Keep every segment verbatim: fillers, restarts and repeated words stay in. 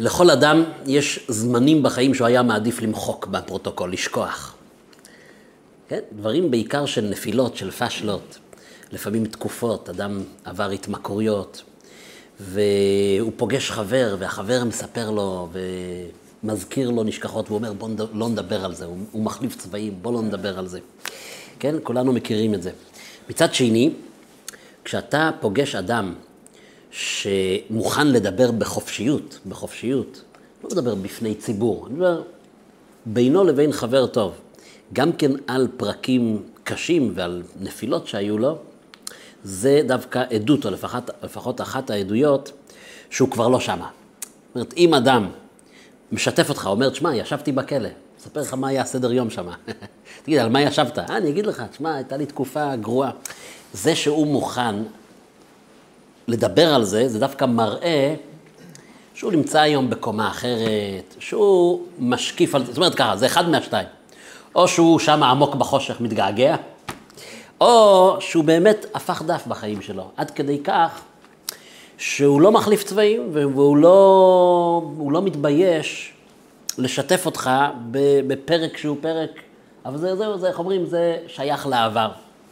לכל אדם יש זמנים בחיים שהוא היה מעדיף למחוק בפרוטוקול, לשכוח. כן? דברים בעיקר של נפילות, של פשלות, לפעמים תקופות, אדם עבר התמכרויות, והוא פוגש חבר, והחבר מספר לו ומזכיר לו נשכחות, והוא אומר, בוא לא נדבר על זה, הוא, הוא מחליף צבעים, בוא לא נדבר על זה. כן? כולנו מכירים את זה. מצד שני, כשאתה פוגש אדם שמוכן לדבר בחופשיות, בחופשיות, לא מדבר בפני ציבור, אני מדבר בינו לבין חבר טוב, גם כן על פרקים קשים ועל נפילות שהיו לו, זה דווקא עדות, או לפחות, לפחות אחת העדויות, שהוא כבר לא שמה. זאת אומרת, אם אדם משתף אותך, אומר, שמה, ישבתי בכלא, אספר לך מה היה הסדר יום שמה. תגיד, על מה ישבת? אה, אני אגיד לך, שמה, הייתה לי תקופה גרועה. זה שהוא מוכן לדבר על זה, זה דווקא מראה שהוא נמצא היום בקומה אחרת, שהוא משקיף על זה, זאת אומרת ככה, זה אחד מהשתיים. או שהוא שם עמוק בחושך מתגעגע, או שהוא באמת הפך דף בחיים שלו, עד כדי כך שהוא לא מחליף צבעים, והוא לא, הוא לא מתבייש לשתף אותך בפרק שהוא פרק, אבל זה, זה, זה, איך אומרים, זה שייך לעבר.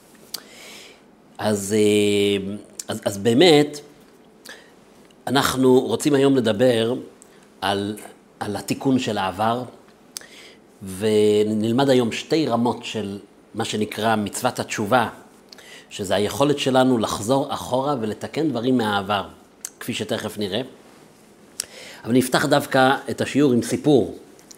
אז, אז, אז באמת, אנחנו רוצים היום לדבר על, על התיקון של העבר, ונלמד היום שתי רמות של מה שנקרא מצוות התשובה, שזה היכולת שלנו לחזור אחורה ולתקן דברים מהעבר, כפי שתכף נראה. אבל נפתח דווקא את השיעור עם סיפור,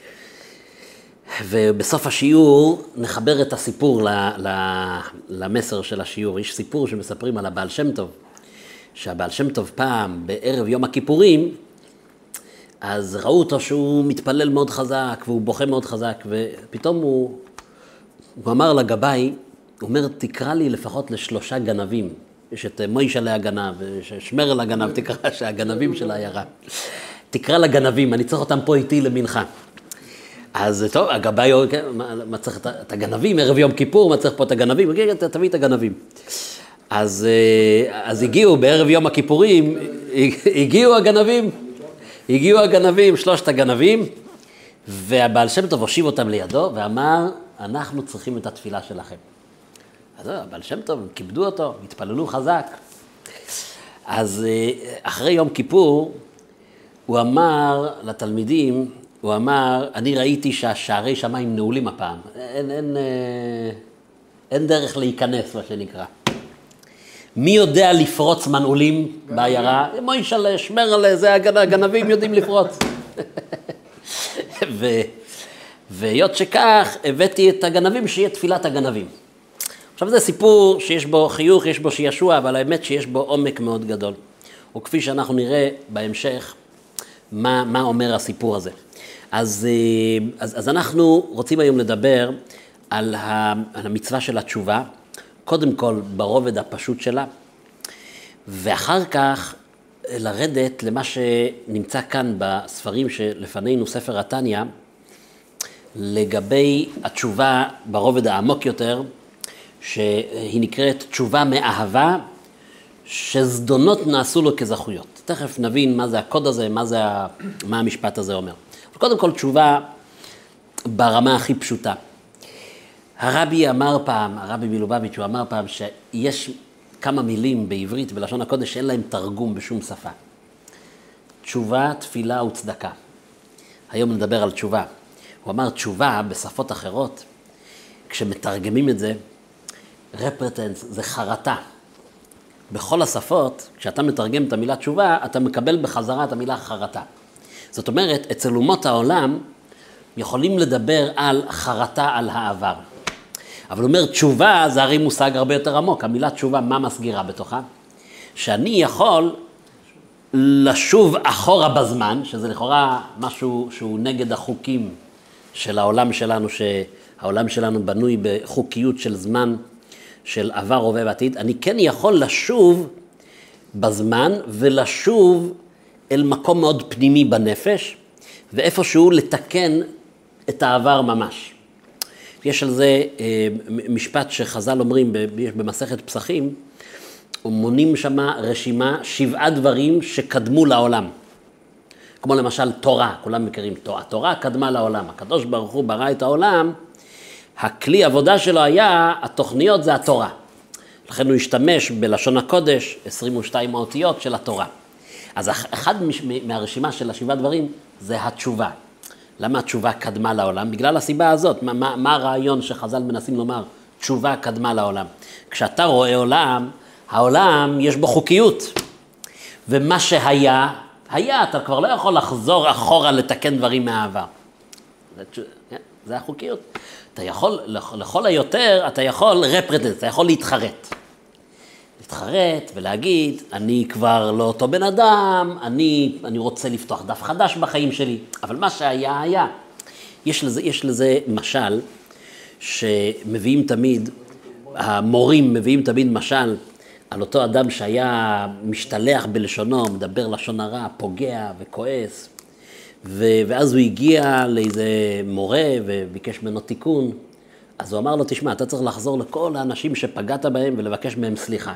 ובסוף השיעור נחבר את הסיפור ל, ל, למסר של השיעור. יש סיפור שמספרים על הבעל שם טוב, שהבעל שם טוב פעם בערב יום הכיפורים, אז ראו אותו שהוא מתפלל מאוד חזק, והוא בוכה מאוד חזק, ופתאום הוא, הוא אמר לגבאי, הוא אומר, תקרא לי לפחות לשלושה גנבים. יש את מוישלה הגנב, ושמרל הגנב, תקרא שהגנבים של העיירה. תקרא לגנבים, אני צריך אותם פה איתי למנחה. אז טוב, הגבאי, מה, מה צריך את הגנבים, ערב יום כיפור, מה צריך פה את הגנבים? תביא את הגנבים. אז, אז הגיעו בערב יום הכיפורים, הגיעו הגנבים, הגיעו הגנבים, שלושת הגנבים, והבעל שם טוב הושיב אותם לידו, ואמר, אנחנו צריכים את התפילה שלכם. אז הבעל שם טוב, כיבדו אותו, התפללו חזק. אז אחרי יום כיפור, הוא אמר לתלמידים, הוא אמר, אני ראיתי שהשערי שמיים נעולים הפעם, אין, אין, אין דרך להיכנס, מה שנקרא. מי יודע לפרוץ מנעולים בעיירה? מוישלה, שמרלה, זה הגנבים יודעים לפרוץ. ו... והיות שכך, הבאתי את הגנבים שיהיה תפילת הגנבים. עכשיו זה סיפור שיש בו חיוך, יש בו שישוע, אבל האמת שיש בו עומק מאוד גדול. וכפי שאנחנו נראה בהמשך, מה, מה אומר הסיפור הזה. אז, אז, אז אנחנו רוצים היום לדבר על, ה, על המצווה של התשובה, קודם כל ברובד הפשוט שלה, ואחר כך לרדת למה שנמצא כאן בספרים שלפנינו, ספר התניא, לגבי התשובה ברובד העמוק יותר, שהיא נקראת תשובה מאהבה, שזדונות נעשו לו כזכויות. תכף נבין מה זה הקוד הזה, מה, זה, מה המשפט הזה אומר. קודם כל תשובה ברמה הכי פשוטה. הרבי אמר פעם, הרבי מלובביץ' הוא אמר פעם שיש כמה מילים בעברית, בלשון הקודש, שאין להם תרגום בשום שפה. תשובה, תפילה וצדקה. היום נדבר על תשובה. הוא אמר תשובה בשפות אחרות, כשמתרגמים את זה, רפרטנס, זה חרטה. בכל השפות, כשאתה מתרגם את המילה תשובה, אתה מקבל בחזרה את המילה חרטה. זאת אומרת, אצל אומות העולם יכולים לדבר על חרטה על העבר. אבל הוא אומר, תשובה זה הרי מושג הרבה יותר עמוק. המילה תשובה, מה מסגירה בתוכה? שאני יכול לשוב אחורה בזמן, שזה לכאורה משהו שהוא נגד החוקים של העולם שלנו, שהעולם שלנו בנוי בחוקיות של זמן, של עבר, הווה ועתיד. אני כן יכול לשוב בזמן ולשוב אל מקום מאוד פנימי בנפש, ואיפשהו לתקן את העבר ממש. יש על זה משפט שחז"ל אומרים, יש במסכת פסחים, ומונים שמה רשימה שבעה דברים שקדמו לעולם. כמו למשל תורה, כולם מכירים תורה. התורה קדמה לעולם, הקדוש ברוך הוא ברא את העולם, הכלי עבודה שלו היה, התוכניות זה התורה. לכן הוא השתמש בלשון הקודש, עשרים ושתיים האותיות של התורה. אז אחד מהרשימה של השבעה דברים זה התשובה. למה התשובה קדמה לעולם? בגלל הסיבה הזאת. מה, מה, מה הרעיון שחז"ל מנסים לומר? תשובה קדמה לעולם. כשאתה רואה עולם, העולם יש בו חוקיות. ומה שהיה, היה, אתה כבר לא יכול לחזור אחורה לתקן דברים מהעבר. זה, זה החוקיות. אתה יכול, לכל היותר, אתה יכול רפרדנט, אתה יכול להתחרט. להתחרט ולהגיד, אני כבר לא אותו בן אדם, אני, אני רוצה לפתוח דף חדש בחיים שלי, אבל מה שהיה, היה. יש לזה, יש לזה משל שמביאים תמיד, המורים מביאים תמיד משל על אותו אדם שהיה משתלח בלשונו, מדבר לשון הרע, פוגע וכועס, ו- ואז הוא הגיע לאיזה מורה וביקש ממנו תיקון, אז הוא אמר לו, תשמע, אתה צריך לחזור לכל האנשים שפגעת בהם ולבקש מהם סליחה.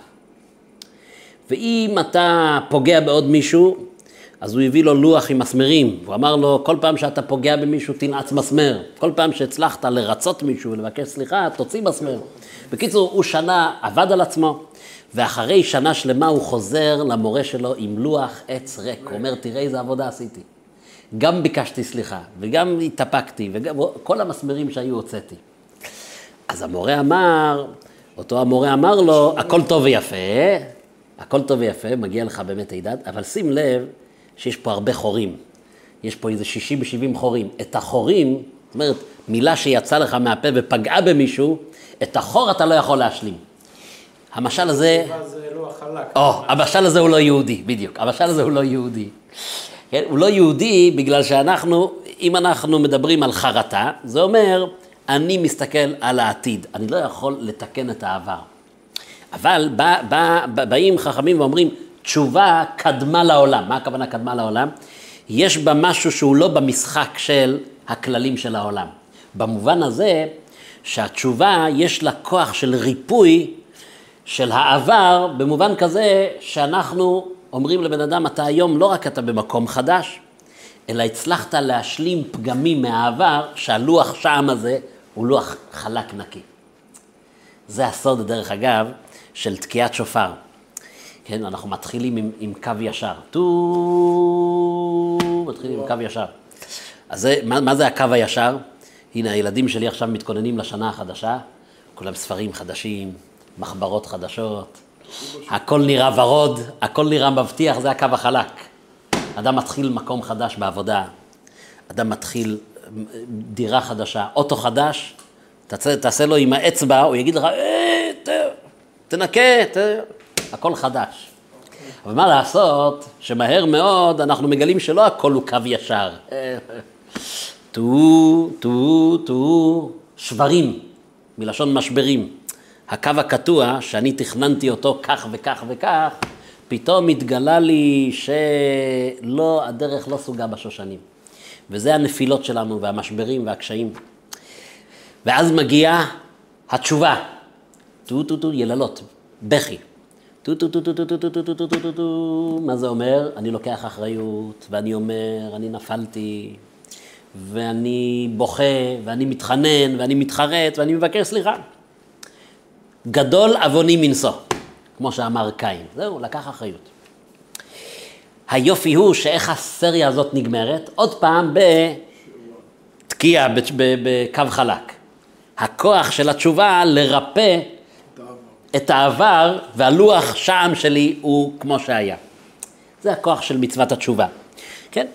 ואם אתה פוגע בעוד מישהו, אז הוא הביא לו לוח עם מסמרים. הוא אמר לו, כל פעם שאתה פוגע במישהו, תנעץ מסמר. כל פעם שהצלחת לרצות מישהו ולבקש סליחה, תוציא מסמר. בקיצור, הוא שנה עבד על עצמו, ואחרי שנה שלמה הוא חוזר למורה שלו עם לוח עץ ריק. הוא אומר, תראה איזה עבודה עשיתי. גם ביקשתי סליחה, וגם התאפקתי, וגם כל המסמרים שהיו הוצאתי. אז המורה אמר, אותו המורה אמר לו, הכל טוב ויפה, הכל טוב ויפה, מגיע לך באמת הידד, אבל שים לב שיש פה הרבה חורים. יש פה איזה שישים שבעים חורים. את החורים, זאת אומרת, מילה שיצאה לך מהפה ופגעה במישהו, את החור אתה לא יכול להשלים. המשל הזה... זה לא החלק. או, המשל הזה הוא לא יהודי, בדיוק. המשל הזה הוא לא יהודי. כן? הוא לא יהודי בגלל שאנחנו, אם אנחנו מדברים על חרטה, זה אומר, אני מסתכל על העתיד. אני לא יכול לתקן את העבר. אבל בא, בא, באים חכמים ואומרים, תשובה קדמה לעולם. מה הכוונה קדמה לעולם? יש בה משהו שהוא לא במשחק של הכללים של העולם. במובן הזה שהתשובה יש לה כוח של ריפוי של העבר, במובן כזה שאנחנו אומרים לבן אדם, אתה היום לא רק אתה במקום חדש, אלא הצלחת להשלים פגמים מהעבר, שהלוח שם הזה הוא לוח חלק נקי. זה הסוד, דרך אגב, של תקיעת שופר. כן, אנחנו מתחילים עם, עם קו ישר. טו, מתחילים עם קו ישר. אז זה, מה, מה זה הקו הישר? הנה, הילדים שלי עכשיו מתכוננים לשנה החדשה, כולם ספרים חדשים, מחברות חדשות, הכל נראה ורוד, הכל נראה מבטיח, זה הקו החלק. אדם מתחיל מקום חדש בעבודה, אדם מתחיל דירה חדשה, אוטו חדש, תעשה, תעשה לו עם האצבע, הוא יגיד לך, אה, ת, תנקה, ת, הכל חדש. אבל מה לעשות, שמהר מאוד אנחנו מגלים שלא הכל הוא קו ישר. תו, תו, תו, שברים, מלשון משברים. הקו הקטוע, שאני תכננתי אותו כך וכך וכך, פתאום התגלה לי שלא, הדרך לא סוגה בשושנים. וזה הנפילות שלנו והמשברים והקשיים. ואז מגיעה התשובה. טו טו טו, יללות, בכי. טו טו טו טו טו טו טו טו טו טו טו. מה זה אומר? אני לוקח אחריות, ואני אומר, אני נפלתי, ואני בוכה, ואני מתחנן, ואני מתחרט, ואני מבקש סליחה. גדול אבוני מנשוא, כמו שאמר קין. זהו, לקח אחריות. היופי הוא שאיך הסריה הזאת נגמרת, עוד פעם בתקיעה, בקו חלק. הכוח של התשובה לרפא את העבר, והלוח שם שלי הוא כמו שהיה. זה הכוח של מצוות התשובה. כן?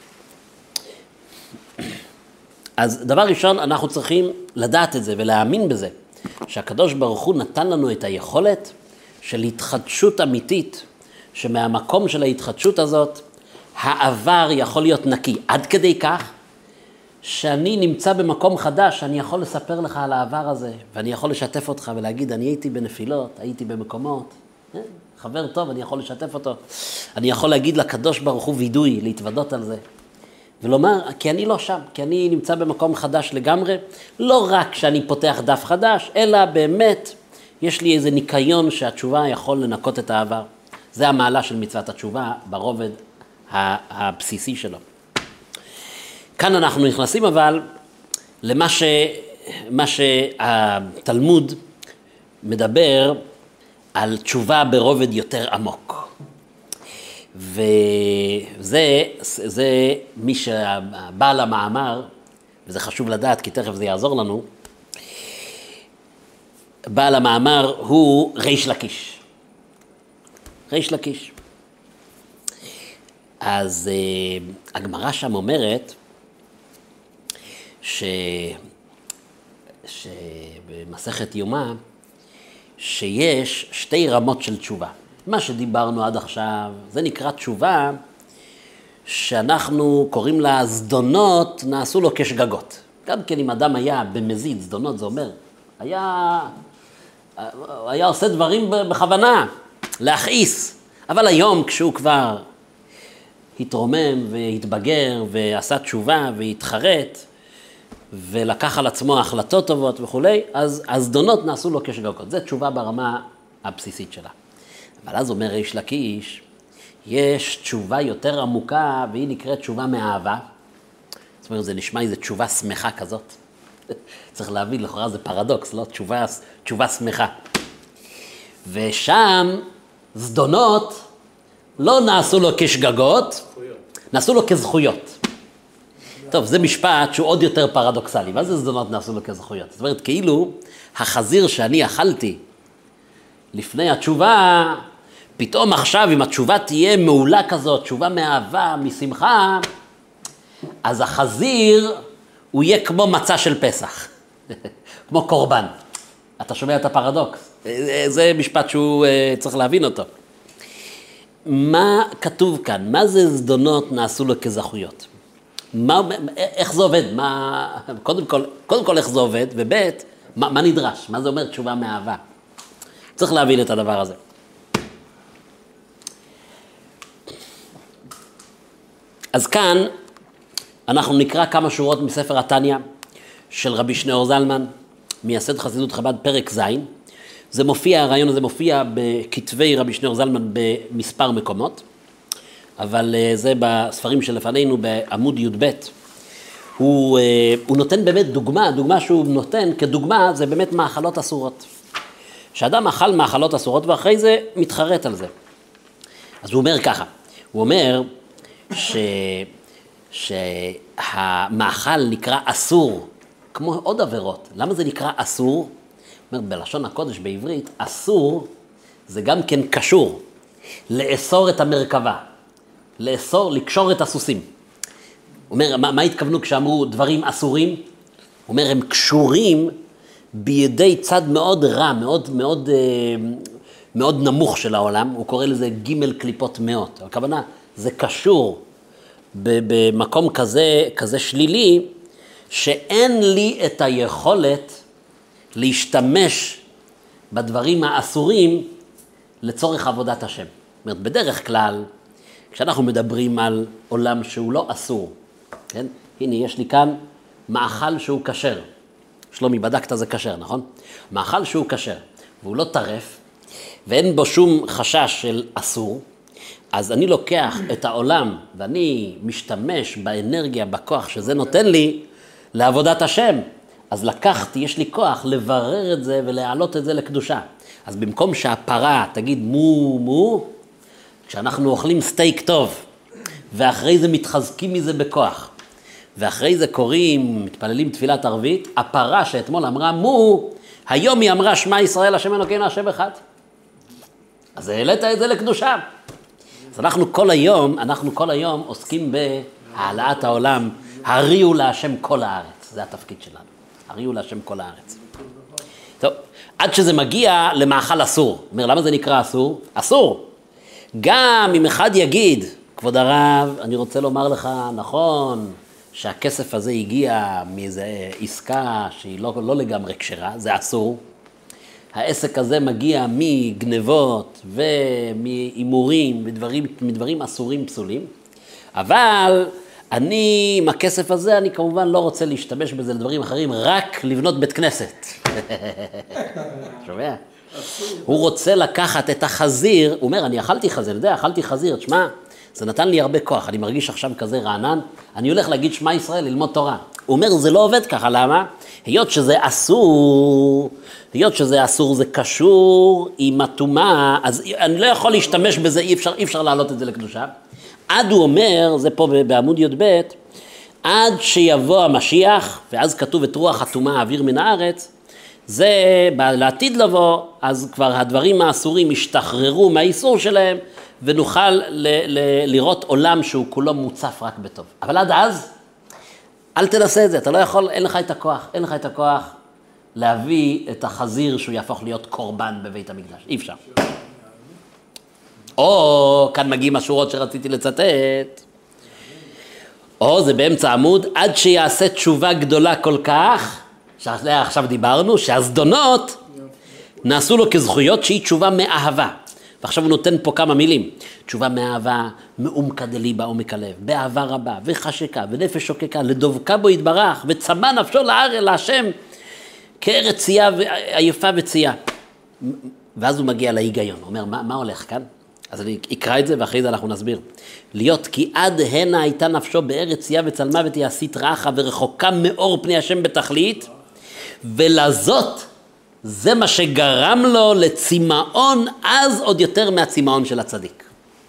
אז דבר ראשון, אנחנו צריכים לדעת את זה ולהאמין בזה, שהקדוש ברוך הוא נתן לנו את היכולת של התחדשות אמיתית, שמהמקום של ההתחדשות הזאת, העבר יכול להיות נקי. עד כדי כך, שאני נמצא במקום חדש, אני יכול לספר לך על העבר הזה, ואני יכול לשתף אותך ולהגיד, אני הייתי בנפילות, הייתי במקומות, חבר טוב, אני יכול לשתף אותו. אני יכול להגיד לקדוש ברוך הוא וידוי, להתוודות על זה. ולומר, כי אני לא שם, כי אני נמצא במקום חדש לגמרי, לא רק שאני פותח דף חדש, אלא באמת יש לי איזה ניקיון שהתשובה יכול לנקות את העבר. זה המעלה של מצוות התשובה ברובד הבסיסי שלו. כאן אנחנו נכנסים אבל למה ש, מה שהתלמוד מדבר על תשובה ברובד יותר עמוק. וזה זה מי שבעל המאמר, וזה חשוב לדעת כי תכף זה יעזור לנו, בעל המאמר הוא ריש לקיש. ריש לקיש. אז uh, הגמרא שם אומרת ש... שבמסכת יומא שיש שתי רמות של תשובה. מה שדיברנו עד עכשיו, זה נקרא תשובה שאנחנו קוראים לה זדונות נעשו לו כשגגות. גם כן אם אדם היה במזיד, זדונות זה אומר, היה, היה עושה דברים בכוונה, להכעיס. אבל היום כשהוא כבר התרומם והתבגר ועשה תשובה והתחרט ולקח על עצמו החלטות טובות וכו', אז הזדונות נעשו לו כשגגות. זה תשובה ברמה הבסיסית שלה. אבל אז אומר ריש לקיש, יש תשובה יותר עמוקה והיא נקראת תשובה מאהבה. זאת אומרת, זה נשמע איזו תשובה שמחה כזאת. צריך להבין, לכאורה זה פרדוקס, לא? תשובה, תשובה שמחה. ושם זדונות לא נעשו לו כשגגות, נעשו לו כזכויות. טוב, זה משפט שהוא עוד יותר פרדוקסלי. מה זה זדונות נעשו לו כזכויות? זאת אומרת, כאילו החזיר שאני אכלתי לפני התשובה, פתאום עכשיו אם התשובה תהיה מעולה כזאת, תשובה מאהבה, משמחה, אז החזיר הוא יהיה כמו מצה של פסח, כמו קורבן. אתה שומע את הפרדוקס? זה משפט שהוא צריך להבין אותו. מה כתוב כאן? מה זה זדונות נעשו לו כזכויות? מה, איך זה עובד? מה, קודם כל, קודם כל איך זה עובד, ובית, מה, מה נדרש? מה זה אומר תשובה מאהבה? צריך להבין את הדבר הזה. אז כאן אנחנו נקרא כמה שורות מספר התניא של רבי שניאור זלמן, מייסד חסידות חב"ד פרק ז'. זה מופיע, הרעיון הזה מופיע בכתבי רבי שניאור זלמן במספר מקומות, אבל זה בספרים שלפנינו בעמוד י' ב'. הוא, הוא נותן באמת דוגמה, דוגמה שהוא נותן כדוגמה זה באמת מאכלות אסורות. שאדם אכל מאכלות אסורות ואחרי זה מתחרט על זה. אז הוא אומר ככה, הוא אומר ש... שהמאכל נקרא אסור, כמו עוד עבירות. למה זה נקרא אסור? אומר, בלשון הקודש בעברית, אסור זה גם כן קשור, לאסור את המרכבה, לאסור, לקשור את הסוסים. הוא אומר, מה, מה התכוונו כשאמרו דברים אסורים? הוא אומר, הם קשורים בידי צד מאוד רע, מאוד, מאוד, מאוד נמוך של העולם. הוא קורא לזה ג' קליפות מאות. הכוונה, זה קשור במקום כזה, כזה שלילי, שאין לי את היכולת להשתמש בדברים האסורים לצורך עבודת השם. זאת אומרת, בדרך כלל, כשאנחנו מדברים על עולם שהוא לא אסור, כן? הנה, יש לי כאן מאכל שהוא כשר. שלומי, בדקת זה כשר, נכון? מאכל שהוא כשר, והוא לא טרף, ואין בו שום חשש של אסור, אז אני לוקח את העולם, ואני משתמש באנרגיה, בכוח שזה נותן לי, לעבודת השם. אז לקחתי, יש לי כוח לברר את זה ולהעלות את זה לקדושה. אז במקום שהפרה תגיד מו מו, כשאנחנו אוכלים סטייק טוב, ואחרי זה מתחזקים מזה בכוח, ואחרי זה קוראים, מתפללים תפילת ערבית, הפרה שאתמול אמרה מו, היום היא אמרה שמע ישראל השם אלוקינו השם אחד. אז העלית את זה לקדושה. אז אנחנו כל היום, אנחנו כל היום עוסקים בהעלאת העולם, הריעו להשם כל הארץ. זה התפקיד שלנו. הריעו להשם כל הארץ. טוב, עד שזה מגיע למאכל אסור. אומר, למה זה נקרא אסור? אסור. גם אם אחד יגיד, כבוד הרב, אני רוצה לומר לך, נכון, שהכסף הזה הגיע מאיזו עסקה שהיא לא, לא לגמרי כשרה, זה אסור. העסק הזה מגיע מגנבות ומאימורים ודברים, מדברים אסורים פסולים. אבל אני, עם הכסף הזה, אני כמובן לא רוצה להשתמש בזה לדברים אחרים, רק לבנות בית כנסת. שומע? הוא רוצה לקחת את החזיר, הוא אומר, אני אכלתי חזיר, יודע, אכלתי חזיר, תשמע, זה נתן לי הרבה כוח, אני מרגיש עכשיו כזה רענן, אני הולך להגיד שמע ישראל, ללמוד תורה. הוא אומר, זה לא עובד ככה, למה? היות שזה אסור, היות שזה אסור, זה קשור עם הטומאה, אז אני לא יכול להשתמש בזה, אי אפשר, אי אפשר להעלות את זה לקדושה. עד הוא אומר, זה פה בעמוד י"ב, עד שיבוא המשיח, ואז כתוב את רוח הטומאה האוויר מן הארץ, זה לעתיד לבוא, אז כבר הדברים האסורים ישתחררו מהאיסור שלהם, ונוכל ל- ל- לראות עולם שהוא כולו מוצף רק בטוב. אבל עד אז, אל תנסה את זה, אתה לא יכול, אין לך את הכוח, אין לך את הכוח להביא את החזיר שהוא יהפוך להיות קורבן בבית המקדש, אי אפשר. או, כאן מגיעים השורות שרציתי לצטט, או זה באמצע עמוד, עד שיעשה תשובה גדולה כל כך, שעכשיו דיברנו, שהזדונות נעשו לו כזכויות שהיא תשובה מאהבה. ועכשיו הוא נותן פה כמה מילים. תשובה מאהבה, מעומקא דליבא עומק הלב, באהבה רבה וחשקה ונפש שוקקה, לדבקה בו יתברך, וצמא נפשו לארץ להשם, כארץ צייה עייפה וצייה. ואז הוא מגיע להיגיון, הוא אומר, מה, מה הולך כאן? אז אני אקרא את זה ואחרי זה אנחנו נסביר. להיות כי עד הנה הייתה נפשו בארץ צייה וצלמה ותהיה סטרחה ורחוקה מאור פני השם בתכלית, ולזאת זה מה שגרם לו לצימאון אז עוד יותר מהצימאון של הצדיק.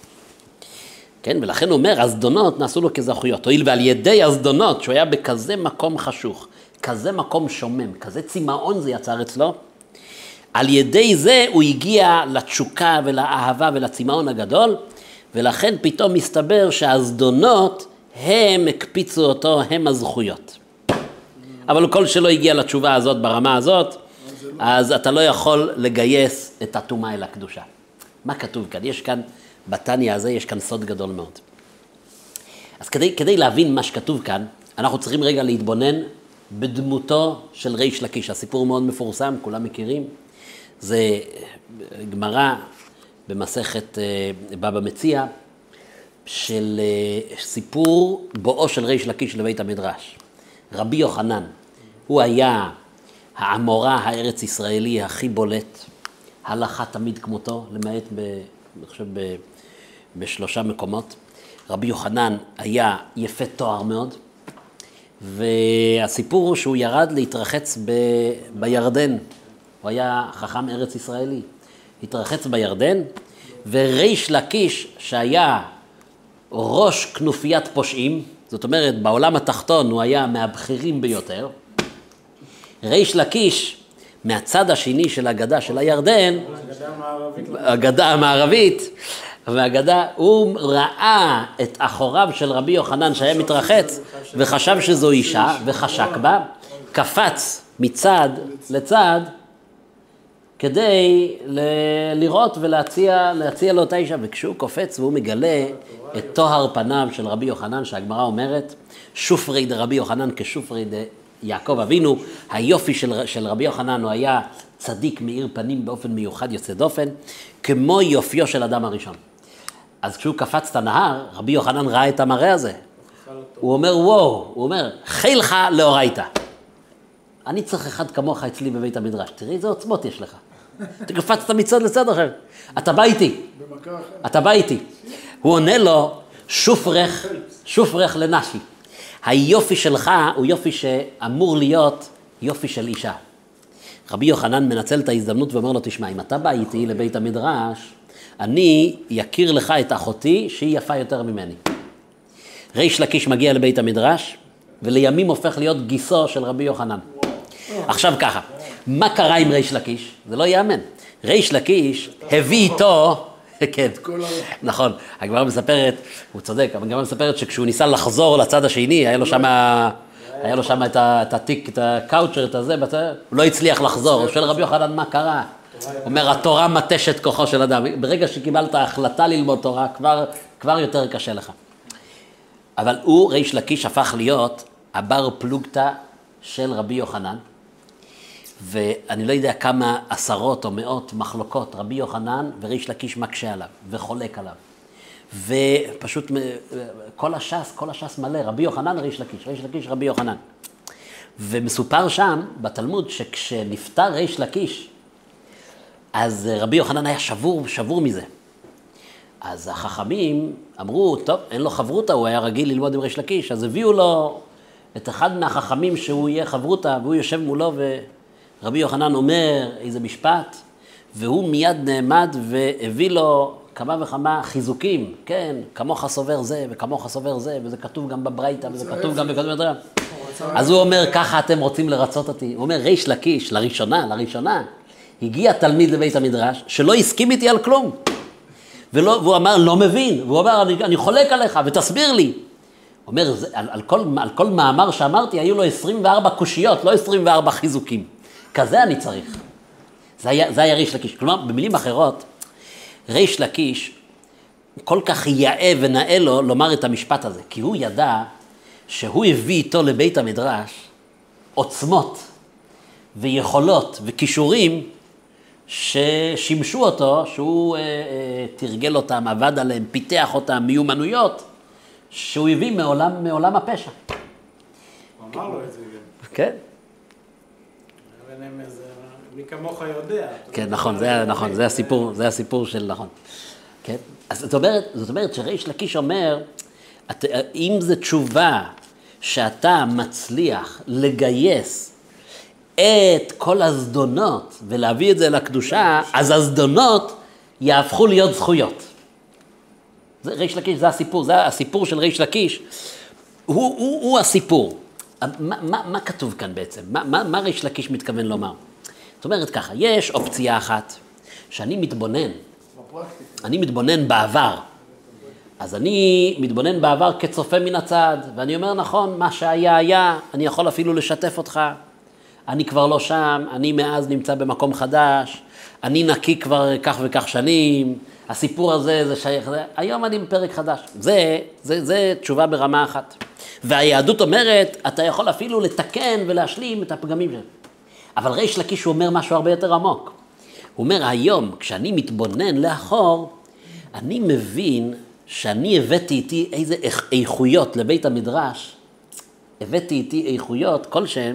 כן, ולכן הוא אומר, הזדונות נעשו לו כזכויות, הואיל ועל ידי הזדונות, שהוא היה בכזה מקום חשוך, כזה מקום שומם, כזה צימאון זה יצר אצלו, על ידי זה הוא הגיע לתשוקה ולאהבה ולצימאון הגדול, ולכן פתאום מסתבר שהזדונות הם הקפיצו אותו, הם הזכויות. אבל כל שלא הגיע לתשובה הזאת ברמה הזאת, אז אתה לא יכול לגייס את הטומאה אל הקדושה. מה כתוב כאן? יש כאן, בתניא הזה יש כאן סוד גדול מאוד. אז כדי, כדי להבין מה שכתוב כאן, אנחנו צריכים רגע להתבונן בדמותו של ריש לקיש. הסיפור מאוד מפורסם, כולם מכירים. זה גמרא במסכת בבא מציעא, של סיפור בואו של ריש לקיש לבית המדרש. רבי יוחנן, הוא היה האמורא הארץ ישראלי הכי בולט, הלכה תמיד כמותו, למעט ב, אני חושב ב, בשלושה מקומות. רבי יוחנן היה יפה תואר מאוד, והסיפור הוא שהוא ירד להתרחץ ב, בירדן, הוא היה חכם ארץ ישראלי, התרחץ בירדן, וריש לקיש שהיה ראש כנופיית פושעים, זאת אומרת בעולם התחתון הוא היה מהבכירים ביותר, ריש לקיש מהצד השני של הגדה של הירדן, הגדה המערבית, והגדה, הוא ראה את אחוריו של רבי יוחנן שהיה מתרחץ, וחשב שזו אישה, וחשק בה, קפץ מצד לצד, כדי ל- לראות ולהציע להציע לו את האישה, וכשהוא קופץ והוא מגלה את טוהר פניו של רבי יוחנן, שהגמרא אומרת, שופרי דרבי יוחנן כשופרי יעקב אבינו, היופי של, של רבי יוחנן, הוא היה צדיק מאיר פנים באופן מיוחד יוצא דופן, כמו יופיו של אדם הראשון. אז כשהוא קפץ את הנהר, רבי יוחנן ראה את המראה הזה. הוא אומר, וואו, הוא אומר, חילך לאורייתא. אני צריך אחד כמוך אצלי בבית המדרש. תראי איזה עוצמות יש לך. אתה קפצת מצד לצד אחר. אתה בא איתי. אתה בא איתי. הוא עונה לו, שופרך, שופרך לנשי. היופי שלך הוא יופי שאמור להיות יופי של אישה. רבי יוחנן מנצל את ההזדמנות ואומר לו, תשמע, אם אתה בא איתי לבית המדרש, אני יכיר לך את אחותי שהיא יפה יותר ממני. ריש לקיש מגיע לבית המדרש, ולימים הופך להיות גיסו של רבי יוחנן. עכשיו ככה, מה קרה עם ריש לקיש? זה לא יאמן. ריש לקיש הביא איתו, כן, נכון, הגמרא מספרת, הוא צודק, אבל הגמרא מספרת שכשהוא ניסה לחזור לצד השני, היה לו שם, היה לו שם את התיק, את הקאוצ'ר, את הזה, הוא לא הצליח לחזור. הוא שואל רבי יוחנן, מה קרה? הוא אומר, התורה מתשת כוחו של אדם. ברגע שקיבלת החלטה ללמוד תורה, כבר, כבר יותר קשה לך. אבל הוא, ריש לקיש, הפך להיות הבר פלוגתא של רבי יוחנן, ואני לא יודע כמה עשרות או מאות מחלוקות רבי יוחנן וריש לקיש מקשה עליו וחולק עליו. ופשוט כל הש"ס, כל הש"ס מלא, רבי יוחנן ריש לקיש, ריש לקיש רבי יוחנן. ומסופר שם בתלמוד שכשנפטר ריש לקיש, אז רבי יוחנן היה שבור, שבור מזה. אז החכמים אמרו, טוב, אין לו חברותה, הוא היה רגיל ללמוד עם ריש לקיש, אז הביאו לו את אחד מהחכמים שהוא יהיה חברותה, והוא יושב מולו, ורבי יוחנן אומר איזה משפט, והוא מיד נעמד והביא לו כמה וכמה חיזוקים, כן, כמוך סובר זה וכמוך סובר זה, וזה כתוב גם בברייתא, וזה כתוב גם בכתוב מדרש. אז הוא אומר, ככה אתם רוצים לרצות אותי. הוא אומר, ריש לקיש, לראשונה, לראשונה, הגיע תלמיד לבית המדרש, שלא הסכים איתי על כלום. ולא, והוא אמר, לא מבין. והוא אמר, אני, אני חולק עליך, ותסביר לי. הוא אומר, זה, על, על, כל, על כל מאמר שאמרתי, היו לו עשרים וארבע קושיות, לא עשרים וארבע חיזוקים. כזה אני צריך. זה היה, זה היה ריש לקיש. כלומר, במילים אחרות, ריש לקיש כל כך יאה ונאה לו לומר את המשפט הזה, כי הוא ידע שהוא הביא איתו לבית המדרש עוצמות ויכולות וכישורים ששימשו אותו, שהוא אה, אה, תרגל אותם, עבד עליהם, פיתח אותם, מיומנויות, שהוא הביא מעולם, מעולם הפשע. הוא אמר לו את זה גם. כן. מי כמוך יודע. כן, נכון, זה, נכון, זה הסיפור, זה הסיפור של, נכון. כן? אז זאת אומרת, זאת אומרת שריש לקיש אומר, את, אם זו תשובה שאתה מצליח לגייס את כל הזדונות ולהביא את זה לקדושה, אז הזדונות יהפכו להיות זכויות. זה ריש לקיש, זה הסיפור, זה הסיפור של ריש לקיש, הוא, הוא, הוא הסיפור. מה, מה, מה כתוב כאן בעצם? מה, מה, מה ריש לקיש מתכוון לומר? זאת אומרת ככה, יש אופציה אחת, שאני מתבונן, אני מתבונן בעבר, אז אני מתבונן בעבר כצופה מן הצד, ואני אומר נכון, מה שהיה היה, אני יכול אפילו לשתף אותך, אני כבר לא שם, אני מאז נמצא במקום חדש, אני נקי כבר כך וכך שנים, הסיפור הזה זה שייך, זה, היום אני בפרק חדש, זה, זה, זה תשובה ברמה אחת, והיהדות אומרת, אתה יכול אפילו לתקן ולהשלים את הפגמים שלך. אבל ריש לקיש הוא אומר משהו הרבה יותר עמוק. הוא אומר, היום, כשאני מתבונן לאחור, אני מבין שאני הבאתי איתי איזה איכויות לבית המדרש, הבאתי איתי איכויות כלשהן,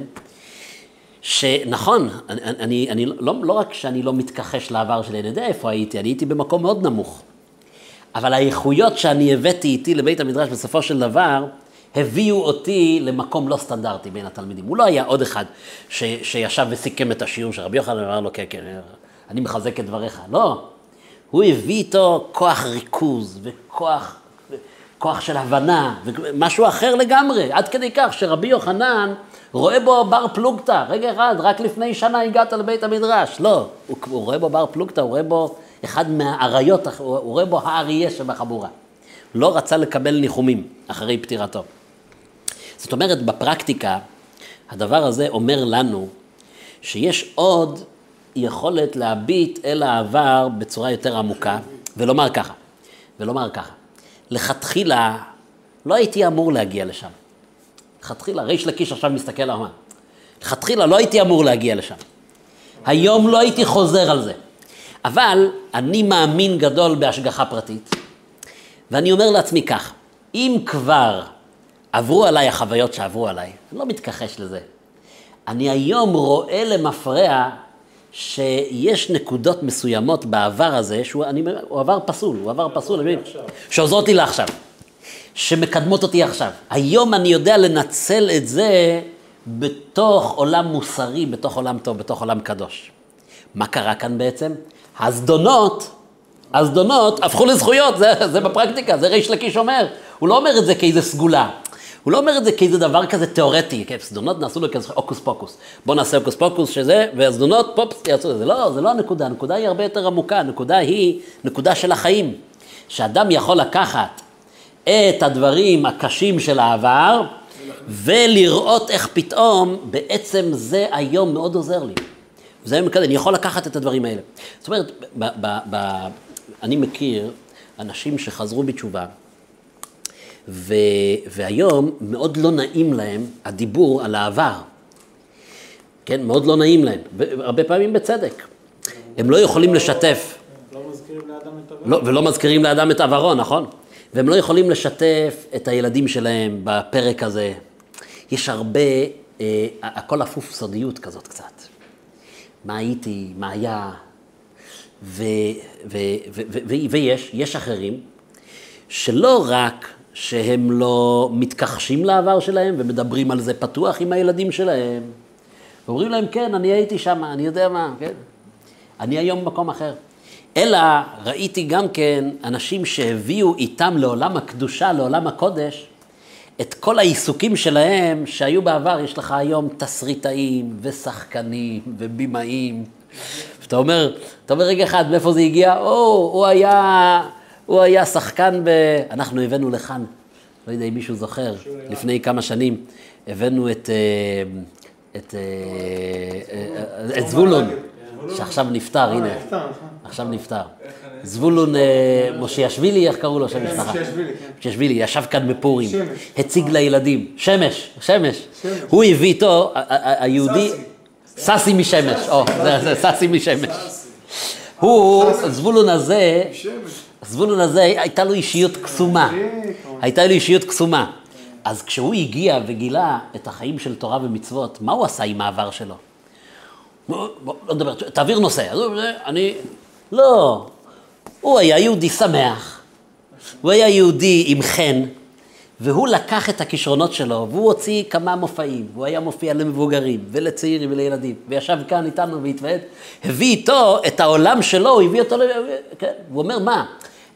שנכון, אני, אני, אני לא, לא רק שאני לא מתכחש לעבר שלי, אני יודע איפה הייתי, אני הייתי במקום מאוד נמוך. אבל האיכויות שאני הבאתי איתי לבית המדרש בסופו של דבר, הביאו אותי למקום לא סטנדרטי בין התלמידים. הוא לא היה עוד אחד ש, שישב וסיכם את השיעור של רבי יוחנן, ואמר לו, כן, כן, אני מחזק את דבריך. לא, הוא הביא איתו כוח ריכוז וכוח כוח של הבנה, ומשהו אחר לגמרי, עד כדי כך שרבי יוחנן רואה בו בר פלוגתא, רגע אחד, רק לפני שנה הגעת לבית המדרש. לא, הוא, הוא רואה בו בר פלוגתא, הוא רואה בו אחד מהאריות, הוא, הוא רואה בו האריה שבחבורה. לא רצה לקבל ניחומים אחרי פטירתו. זאת אומרת, בפרקטיקה, הדבר הזה אומר לנו שיש עוד יכולת להביט אל העבר בצורה יותר עמוקה, ולומר ככה, ולומר ככה, לכתחילה לא הייתי אמור להגיע לשם. לכתחילה, ריש לקיש עכשיו מסתכל על מה. לכתחילה לא הייתי אמור להגיע לשם. היום לא הייתי חוזר על זה. אבל אני מאמין גדול בהשגחה פרטית, ואני אומר לעצמי כך, אם כבר עברו עליי החוויות שעברו עליי, אני לא מתכחש לזה. אני היום רואה למפרע שיש נקודות מסוימות בעבר הזה, שהוא אני, הוא עבר פסול, הוא עבר פסול, אני מבין, שעוזרות לי לעכשיו, שמקדמות אותי עכשיו. היום אני יודע לנצל את זה בתוך עולם מוסרי, בתוך עולם טוב, בתוך עולם קדוש. מה קרה כאן בעצם? הזדונות, הזדונות הפכו לזכויות, זה, זה בפרקטיקה, זה ריש לקיש אומר. הוא לא אומר את זה כאיזה סגולה. הוא לא אומר את זה כאיזה דבר כזה תיאורטי, כי הזדונות נעשו לו כאיזה אוקוס פוקוס. בוא נעשה אוקוס פוקוס שזה, והזדונות פופס יעשו את זה. לא, זה לא הנקודה, הנקודה היא הרבה יותר עמוקה, הנקודה היא נקודה של החיים. שאדם יכול לקחת את הדברים הקשים של העבר, ולראות איך פתאום בעצם זה היום מאוד עוזר לי. וזה מקדם, אני יכול לקחת את הדברים האלה. זאת אומרת, ב, ב, ב, אני מכיר אנשים שחזרו בתשובה, ו, והיום מאוד לא נעים להם הדיבור על העבר. כן, מאוד לא נעים להם, והרבה פעמים בצדק. הם לא יכולים לשתף. לא מזכירים לאדם את עברו. לא, ולא מזכירים לאדם את עברו, נכון? והם לא יכולים לשתף את הילדים שלהם בפרק הזה. יש הרבה, אה, הכל אפוף סודיות כזאת קצת. מה הייתי, מה היה, ו, ו, ו, ו, ו, ויש, יש אחרים שלא רק שהם לא מתכחשים לעבר שלהם ומדברים על זה פתוח עם הילדים שלהם, ואומרים להם, כן, אני הייתי שם, אני יודע מה, כן? אני היום במקום אחר. אלא ראיתי גם כן אנשים שהביאו איתם לעולם הקדושה, לעולם הקודש, את כל העיסוקים שלהם שהיו בעבר. יש לך היום תסריטאים ושחקנים ובימאים. ואתה אומר, אתה אומר רגע אחד, מאיפה זה הגיע? או, הוא היה, הוא היה שחקן ב... אנחנו הבאנו לכאן, לא יודע אם מישהו זוכר, לפני כמה שנים, הבאנו את, את, את זבולון, שעכשיו נפטר, הנה, עכשיו נפטר. זבולון מושיאשווילי, איך קראו לו שם משפחה? מושיאשווילי, ישב כאן בפורים, הציג לילדים, שמש, שמש. הוא הביא איתו, היהודי, ססי משמש, או, זה ססי משמש. הוא, זבולון הזה, זבולון הזה, הייתה לו אישיות קסומה, הייתה לו אישיות קסומה. אז כשהוא הגיע וגילה את החיים של תורה ומצוות, מה הוא עשה עם העבר שלו? לא נדבר, תעביר נושא, אני, לא, הוא היה יהודי שמח, הוא היה יהודי עם חן, והוא לקח את הכישרונות שלו, והוא הוציא כמה מופעים, והוא היה מופיע למבוגרים ולצעירים ולילדים, וישב כאן איתנו והתוועד, הביא איתו את העולם שלו, הוא הביא אותו, כן? הוא אומר, מה?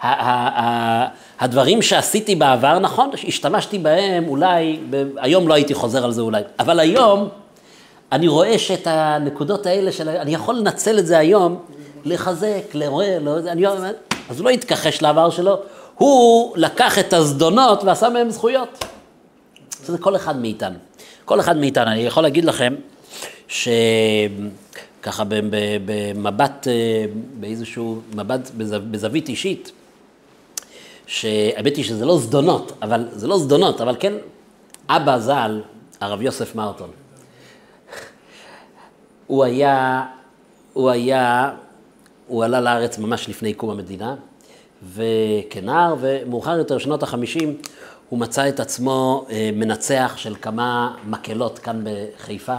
הדברים שעשיתי בעבר, נכון, השתמשתי בהם, אולי, היום לא הייתי חוזר על זה אולי, אבל היום, אני רואה שאת הנקודות האלה, של, אני יכול לנצל את זה היום, לחזק, לעורר, לא, אני, אז הוא לא יתכחש לעבר שלו, הוא לקח את הזדונות ועשה מהם זכויות. זה כל אחד מאיתנו. כל אחד מאיתנו. אני יכול להגיד לכם שככה במבט, באיזשהו מבט בזווית אישית, שהאמת היא שזה לא זדונות, אבל זה לא זדונות, אבל כן, אבא ז"ל, הרב יוסף מרטון, הוא היה, הוא היה, הוא עלה לארץ ממש לפני קום המדינה, וכנער, ומאוחר יותר, שנות החמישים, הוא מצא את עצמו מנצח של כמה מקהלות כאן בחיפה,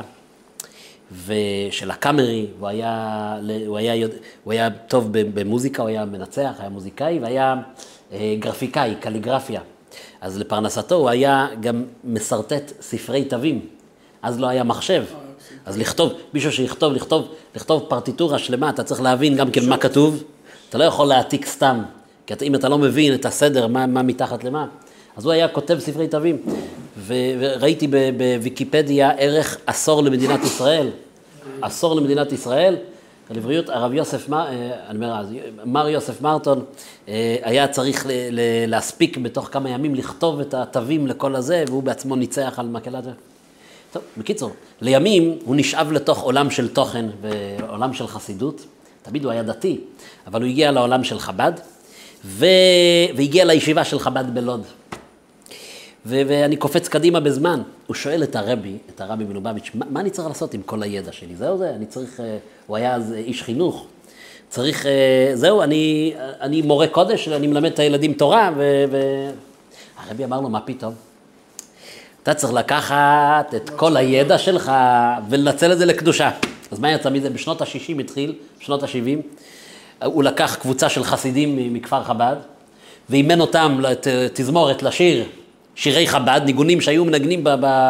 ושל הקאמרי, הוא היה, הוא היה, הוא היה טוב במוזיקה, הוא היה מנצח, היה מוזיקאי, והיה גרפיקאי, קליגרפיה. אז לפרנסתו הוא היה גם מסרטט ספרי תווים, אז לא היה מחשב. אז לכתוב, מישהו שיכתוב, לכתוב, לכתוב פרטיטורה שלמה, אתה צריך להבין גם כן מה כתוב, אתה לא יכול להעתיק סתם, כי אם אתה לא מבין את הסדר, מה, מה מתחת למה, אז הוא היה כותב ספרי תווים, וראיתי בוויקיפדיה ערך עשור למדינת ישראל, עשור למדינת ישראל, לבריאות, הרב יוסף, אני אומר, מר יוסף מרטון, היה צריך להספיק בתוך כמה ימים לכתוב את התווים לכל הזה, והוא בעצמו ניצח על מקהלת. טוב, בקיצור, לימים הוא נשאב לתוך עולם של תוכן ועולם של חסידות, תמיד הוא היה דתי, אבל הוא הגיע לעולם של חב"ד, ו... והגיע לישיבה של חב"ד בלוד. ו... ואני קופץ קדימה בזמן, הוא שואל את הרבי, את הרבי מלובביץ', מה, מה אני צריך לעשות עם כל הידע שלי? זהו זה, אני צריך, הוא היה אז איש חינוך, צריך, זהו, אני, אני מורה קודש, אני מלמד את הילדים תורה, ו... והרבי אמר לו, מה פתאום? אתה צריך לקחת את כל הידע שלך ולנצל את זה לקדושה. אז מה יצא מזה? בשנות ה-שישים התחיל, בשנות ה-שבעים, הוא לקח קבוצה של חסידים מכפר חב"ד, ואימן אותם לתזמורת לשיר, שירי חב"ד, ניגונים שהיו מנגנים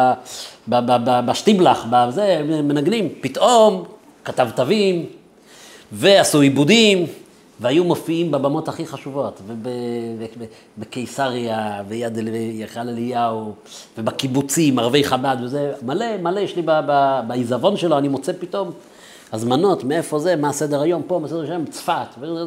בשטיבלח, בזה, מנגנים. פתאום כתב תווים, ועשו עיבודים, והיו מופיעים בבמות הכי חשובות, ובקיסריה, ויד יחל אליהו, ובקיבוצים, ערבי חב"ד, וזה מלא, מלא, יש לי בעיזבון שלו, אני מוצא פתאום הזמנות, מאיפה זה, מה הסדר היום, פה, מה הסדר שם, צפת,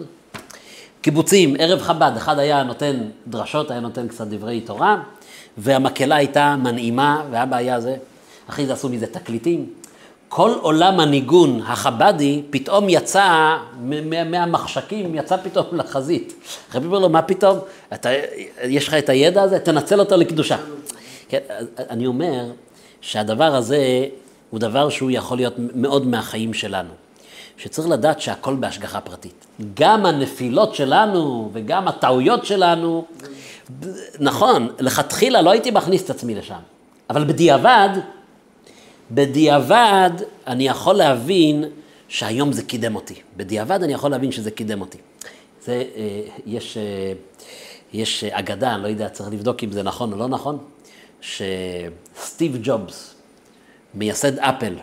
קיבוצים, ערב חב"ד, אחד היה נותן דרשות, היה נותן קצת דברי תורה, והמקהלה הייתה מנעימה, והאבא היה זה, אחרי זה עשו מזה תקליטים, כל עולם הניגון החבדי פתאום יצא מהמחשקים, יצא פתאום לחזית. רבי אומר לו, מה פתאום? אתה, יש לך את הידע הזה? תנצל אותו לקדושה. כן, אני אומר שהדבר הזה הוא דבר שהוא יכול להיות מאוד מהחיים שלנו. שצריך לדעת שהכל בהשגחה פרטית. גם הנפילות שלנו וגם הטעויות שלנו, נכון, לכתחילה לא הייתי מכניס את עצמי לשם. אבל בדיעבד, בדיעבד אני יכול להבין שהיום זה קידם אותי. בדיעבד אני יכול להבין שזה קידם אותי. זה, יש, יש אגדה, אני לא יודע, צריך לבדוק אם זה נכון או לא נכון, שסטיב ג'ובס, מייסד אפל,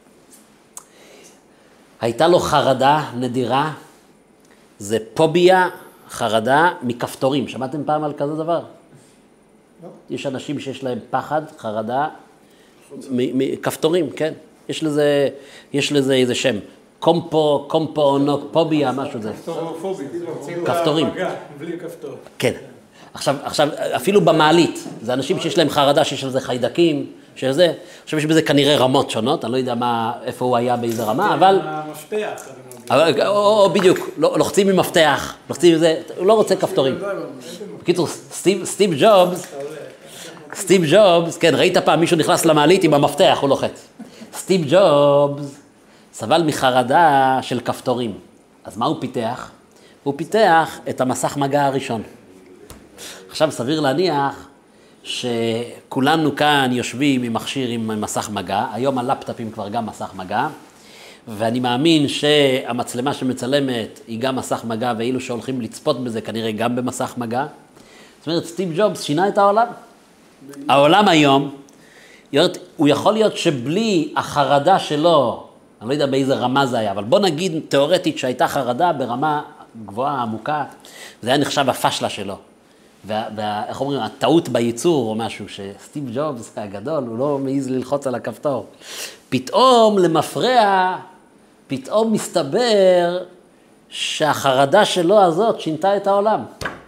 הייתה לו חרדה נדירה, זה פוביה, חרדה מכפתורים. שמעתם פעם על כזה דבר? לא. יש אנשים שיש להם פחד, חרדה, מכפתורים, כן. יש לזה, יש לזה איזה שם. קומפו, קומפו, פוביה, משהו זה. כפתורים. בלי כפתור. כן. עכשיו, עכשיו, אפילו במעלית, זה אנשים שיש להם חרדה, שיש לזה חיידקים, שזה, עכשיו יש בזה כנראה רמות שונות, אני לא יודע מה, איפה הוא היה באיזה רמה, אבל... המפתח. אבל, או, או בדיוק, לא, לוחצים ממפתח, לוחצים עם זה, הוא לא רוצה כפתורים. בקיצור, סטיב, סטיב ג'ובס, סטיב ג'ובס, כן, ראית פעם מישהו נכנס למעלית עם המפתח, הוא לוחץ. סטיב ג'ובס סבל מחרדה של כפתורים. אז מה הוא פיתח? הוא פיתח את המסך מגע הראשון. עכשיו סביר להניח שכולנו כאן יושבים עם מכשיר עם מסך מגע, היום הלפטופים כבר גם מסך מגע, ואני מאמין שהמצלמה שמצלמת היא גם מסך מגע, ואילו שהולכים לצפות בזה כנראה גם במסך מגע. זאת אומרת, סטיב ג'ובס שינה את העולם. העולם היום, הוא יכול להיות שבלי החרדה שלו, אני לא יודע באיזה רמה זה היה, אבל בוא נגיד תיאורטית שהייתה חרדה ברמה גבוהה, עמוקה, זה היה נחשב הפשלה שלו. ואיך אומרים, הטעות בייצור או משהו, שסטיב ג'ובס הגדול, הוא לא מעיז ללחוץ על הכפתור. פתאום למפרע, פתאום מסתבר שהחרדה שלו הזאת שינתה את העולם.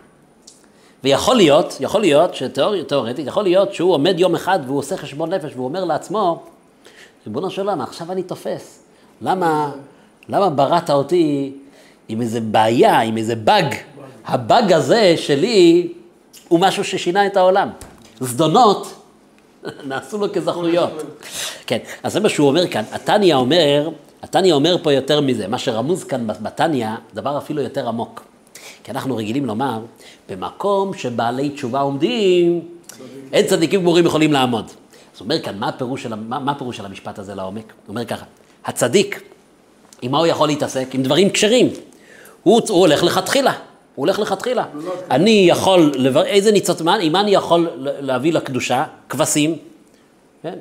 ויכול להיות, יכול להיות, שתיאורטית, יכול להיות שהוא עומד יום אחד והוא עושה חשבון נפש והוא אומר לעצמו, ריבונו של עולם, עכשיו אני תופס. למה, למה בראת אותי עם איזה בעיה, עם איזה באג? הבאג הזה שלי הוא משהו ששינה את העולם. זדונות נעשו לו כזכויות. כן, אז זה מה שהוא אומר כאן. התניא אומר, התניא אומר פה יותר מזה. מה שרמוז כאן בתניא, דבר אפילו יותר עמוק. כי אנחנו רגילים לומר, במקום שבעלי תשובה עומדים, אין צדיקים גמורים יכולים לעמוד. אז הוא אומר כאן, מה הפירוש של, מה, מה הפירוש של המשפט הזה לעומק? הוא אומר ככה, הצדיק, עם מה הוא יכול להתעסק? עם דברים כשרים. הוא, הוא הולך לכתחילה. הוא הולך לכתחילה. אני יכול, לבר... איזה ניצות, עם מה אני יכול להביא לקדושה? כבשים, כן?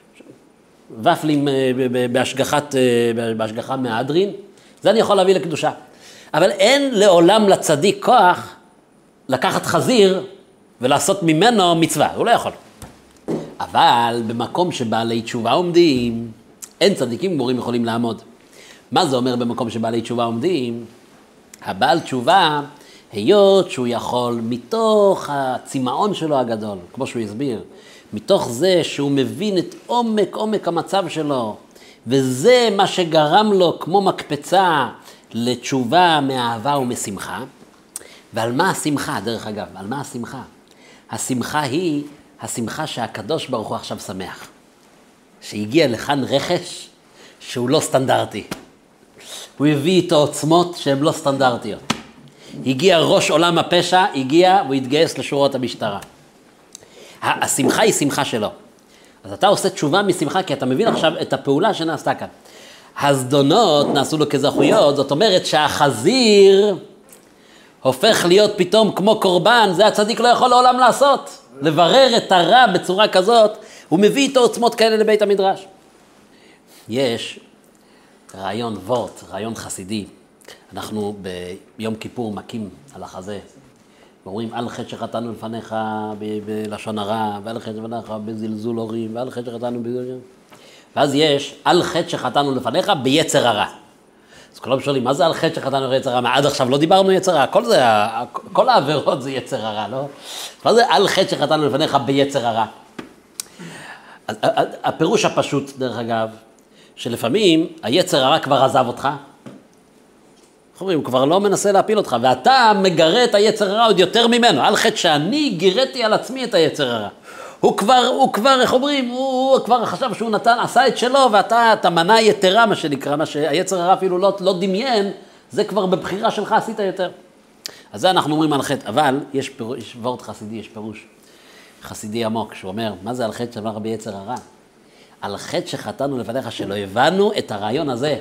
ופלים בהשגחת, בהשגחה מהאדרין, זה אני יכול להביא לקדושה. אבל אין לעולם לצדיק כוח לקחת חזיר ולעשות ממנו מצווה, הוא לא יכול. אבל במקום שבעלי תשובה עומדים, אין צדיקים גמורים יכולים לעמוד. מה זה אומר במקום שבעלי תשובה עומדים? הבעל תשובה, היות שהוא יכול מתוך הצמאון שלו הגדול, כמו שהוא הסביר, מתוך זה שהוא מבין את עומק עומק המצב שלו, וזה מה שגרם לו כמו מקפצה לתשובה מאהבה ומשמחה. ועל מה השמחה, דרך אגב? על מה השמחה? השמחה היא השמחה שהקדוש ברוך הוא עכשיו שמח. שהגיע לכאן רכש שהוא לא סטנדרטי. הוא הביא איתו עוצמות שהן לא סטנדרטיות. הגיע ראש עולם הפשע, הגיע והוא התגייס לשורות המשטרה. השמחה היא שמחה שלו. אז אתה עושה תשובה משמחה, כי אתה מבין עכשיו את הפעולה שנעשתה כאן. הזדונות נעשו לו כזכויות, זאת אומרת שהחזיר הופך להיות פתאום כמו קורבן, זה הצדיק לא יכול לעולם לעשות. לברר את הרע בצורה כזאת, הוא מביא איתו עוצמות כאלה לבית המדרש. יש רעיון וורט, רעיון חסידי. אנחנו ביום כיפור מכים על החזה. ואומרים, על חטא שחטאנו לפניך בלשון הרע, ועל חטא שחטאנו בזלזול הורים, ועל חטא שחטאנו בזלזול... ואז יש, על חטא שחטאנו לפניך ביצר הרע. אז כולם שואלים, מה זה על חטא שחטאנו ביצר הרע? עד עכשיו לא דיברנו יצר הרע, כל זה, כל העבירות זה יצר הרע, לא? מה זה על חטא שחטאנו לפניך ביצר הרע? אז הפירוש הפשוט, דרך אגב, שלפעמים היצר הרע כבר עזב אותך, הוא כבר לא מנסה להפיל אותך, ואתה מגרה את היצר הרע עוד יותר ממנו, על חטא שאני גירתי על עצמי את היצר הרע. הוא כבר, הוא כבר, איך אומרים, הוא, הוא כבר חשב שהוא נתן, עשה את שלו, ואתה, אתה מנה יתרה, מה שנקרא, מה שהיצר הרע אפילו לא, לא דמיין, זה כבר בבחירה שלך עשית יותר. אז זה אנחנו אומרים על חטא, אבל יש פירוש, יש וורט חסידי, יש פירוש חסידי עמוק, שהוא אומר, מה זה על חטא שעבר ביצר הרע? על חטא שחטאנו לפניך, שלא הבנו את הרעיון הזה,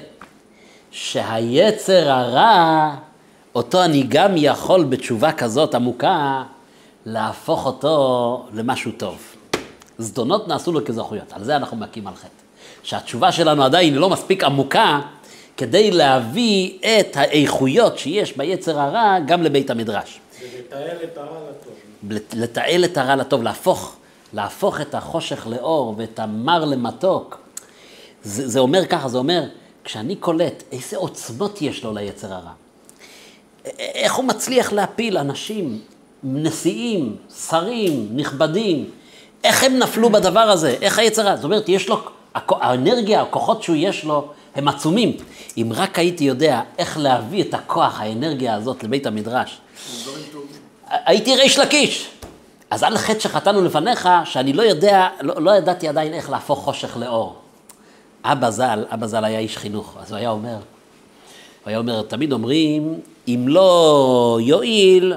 שהיצר הרע, אותו אני גם יכול בתשובה כזאת עמוקה, להפוך אותו למשהו טוב. זדונות נעשו לו כזכויות, על זה אנחנו מכים על חטא. שהתשובה שלנו עדיין לא מספיק עמוקה, כדי להביא את האיכויות שיש ביצר הרע גם לבית המדרש. זה לתעל את הרע לטוב. לתעל את הרע לטוב, להפוך, להפוך את החושך לאור ואת המר למתוק. זה, זה אומר ככה, זה אומר, כשאני קולט איזה עוצמות יש לו ליצר הרע, איך הוא מצליח להפיל אנשים, נשיאים, שרים, נכבדים, איך הם נפלו בדבר הזה, איך היצר הרע, זאת אומרת, יש לו, האנרגיה, הכוחות שהוא יש לו, הם עצומים. אם רק הייתי יודע איך להביא את הכוח, האנרגיה הזאת לבית המדרש, הייתי ריש לקיש. אז על חטא שחטאנו לפניך, שאני לא יודע, לא, לא ידעתי עדיין איך להפוך חושך לאור. אבא ז"ל, אבא ז"ל היה איש חינוך, אז הוא היה אומר, הוא היה אומר, תמיד אומרים, אם לא יועיל,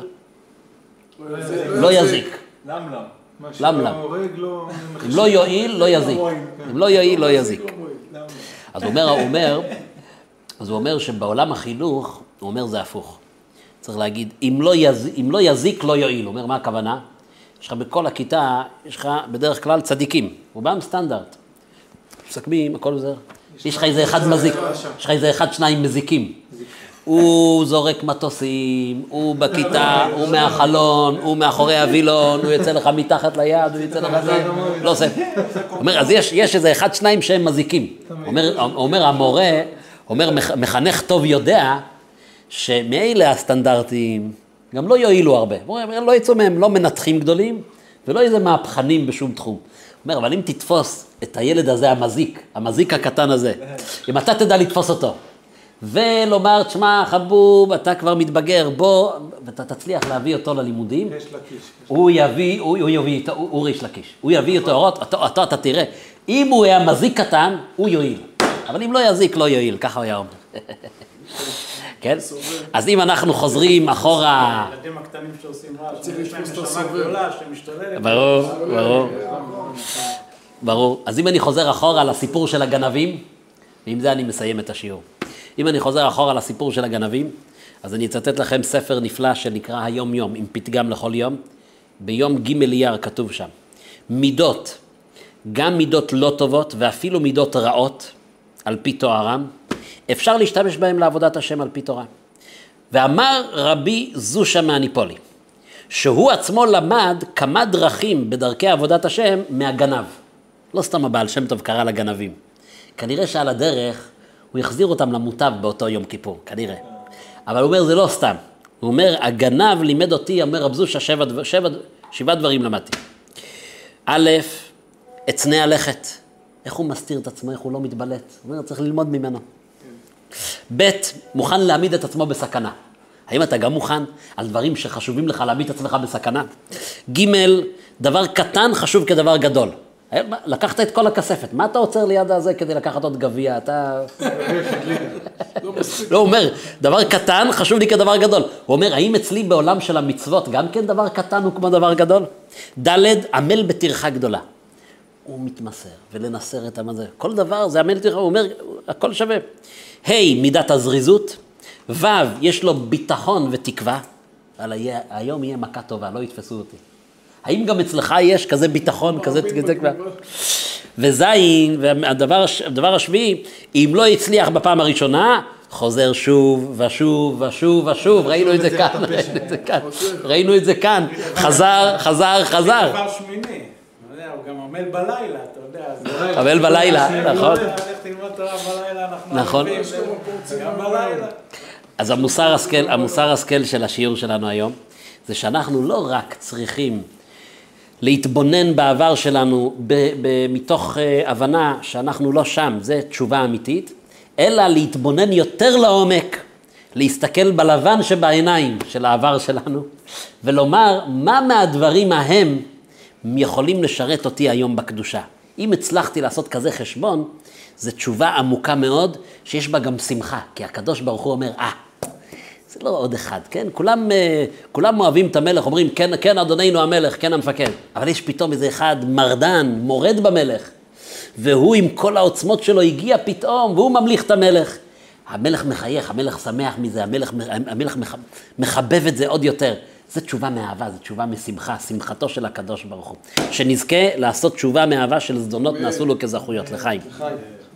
לא יזיק. למלם. למלם. אם לא יועיל, לא יזיק. אם לא יועיל, לא יזיק. אז הוא אומר, הוא אומר, אז הוא אומר שבעולם החינוך, הוא אומר זה הפוך. צריך להגיד, אם לא, יז, אם לא יזיק, לא יועיל. הוא אומר, מה הכוונה? יש לך בכל הכיתה, יש לך בדרך כלל צדיקים. רובם סטנדרט. מסכמים, הכל זה. יש לך איזה אחד מזיק. יש לך איזה אחד, שניים מזיקים. הוא זורק מטוסים, הוא בכיתה, הוא מהחלון, הוא מאחורי הווילון, הוא יוצא לך מתחת ליד, הוא יוצא לך זה, לא עושה. אומר, אז יש, יש איזה אחד, שניים שהם מזיקים. אומר, אומר המורה, אומר, מחנך טוב יודע, שמאלה הסטנדרטים גם לא יועילו הרבה. הוא אומר, לא יצאו מהם לא מנתחים גדולים, ולא איזה מהפכנים בשום תחום. הוא אומר, אבל אם תתפוס את הילד הזה המזיק, המזיק הקטן הזה, אם אתה תדע לתפוס אותו, ולומר, תשמע, חבוב, אתה כבר מתבגר, בוא, ואתה תצליח להביא אותו ללימודים. ריש לקיש. הוא יביא, הוא, הוא יביא איתו, הוא, הוא ריש לקיש. הוא יביא אותו אורות, אותו, אותו אתה תראה. אם הוא היה מזיק קטן, הוא יועיל. אבל אם לא יזיק, לא יועיל. ככה הוא היה אומר. כן? אז אם אנחנו חוזרים אחורה... הילדים הקטנים שעושים רע, שיש להם נשמה גדולה, שמשתוללת. ברור, ברור. ברור. אז אם אני חוזר אחורה לסיפור של הגנבים, ועם זה אני מסיים את השיעור. אם אני חוזר אחורה לסיפור של הגנבים, אז אני אצטט לכם ספר נפלא שנקרא היום יום, עם פתגם לכל יום. ביום ג' אייר כתוב שם, מידות, גם מידות לא טובות ואפילו מידות רעות, על פי תוארם, אפשר להשתמש בהם לעבודת השם על פי תורה. ואמר רבי זושה מהניפולי, שהוא עצמו למד כמה דרכים בדרכי עבודת השם מהגנב. לא סתם הבעל שם טוב קרא לגנבים. כנראה שעל הדרך הוא יחזיר אותם למוטב באותו יום כיפור, כנראה. אבל הוא אומר, זה לא סתם. הוא אומר, הגנב לימד אותי, אומר רב זושה, שבע, שבע, שבע דברים למדתי. א', אצנה הלכת. איך הוא מסתיר את עצמו, איך הוא לא מתבלט. הוא אומר, צריך ללמוד ממנו. ב', מוכן להעמיד את עצמו בסכנה. האם אתה גם מוכן על דברים שחשובים לך להעמיד את עצמך בסכנה? ג', דבר קטן חשוב כדבר גדול. לקחת את כל הכספת, מה אתה עוצר ליד הזה כדי לקחת עוד גביע? אתה... לא, הוא אומר, דבר קטן חשוב לי כדבר גדול. הוא אומר, האם אצלי בעולם של המצוות גם כן דבר קטן הוא כמו דבר גדול? ד', עמל בטרחה גדולה. הוא מתמסר ולנסר את המזה. כל דבר זה עמל בטרחה, הוא אומר, הכל שווה. ה', מידת הזריזות. ו', יש לו ביטחון ותקווה. אבל היום יהיה מכה טובה, לא יתפסו אותי. האם גם אצלך יש כזה ביטחון, כזה תקווה? וזין, והדבר השביעי, אם לא הצליח בפעם הראשונה, חוזר שוב ושוב ושוב ושוב, ראינו את זה כאן, ראינו את זה כאן, ראינו את זה כאן, חזר, חזר, חזר. דבר שמיני, הוא גם עמל בלילה, אתה יודע. עמל בלילה, נכון. הלכת ללמוד תורה בלילה, אנחנו נכון. גם בלילה. אז המוסר השכל, המוסר השכל של השיעור שלנו היום, זה שאנחנו לא רק צריכים להתבונן בעבר שלנו ב- ב- מתוך uh, הבנה שאנחנו לא שם, זה תשובה אמיתית, אלא להתבונן יותר לעומק, להסתכל בלבן שבעיניים של העבר שלנו, ולומר מה מהדברים ההם יכולים לשרת אותי היום בקדושה. אם הצלחתי לעשות כזה חשבון, זו תשובה עמוקה מאוד, שיש בה גם שמחה, כי הקדוש ברוך הוא אומר, אה, זה לא עוד אחד, כן? כולם, כולם אוהבים את המלך, אומרים, כן, כן, אדוננו המלך, כן המפקד. אבל יש פתאום איזה אחד מרדן, מורד במלך, והוא עם כל העוצמות שלו הגיע פתאום, והוא ממליך את המלך. המלך מחייך, המלך שמח מזה, המלך, המלך מחבב את זה עוד יותר. זה תשובה מאהבה, זה תשובה משמחה, שמחתו של הקדוש ברוך הוא. שנזכה לעשות תשובה מאהבה של זדונות, נעשו לו כזכויות לחיים.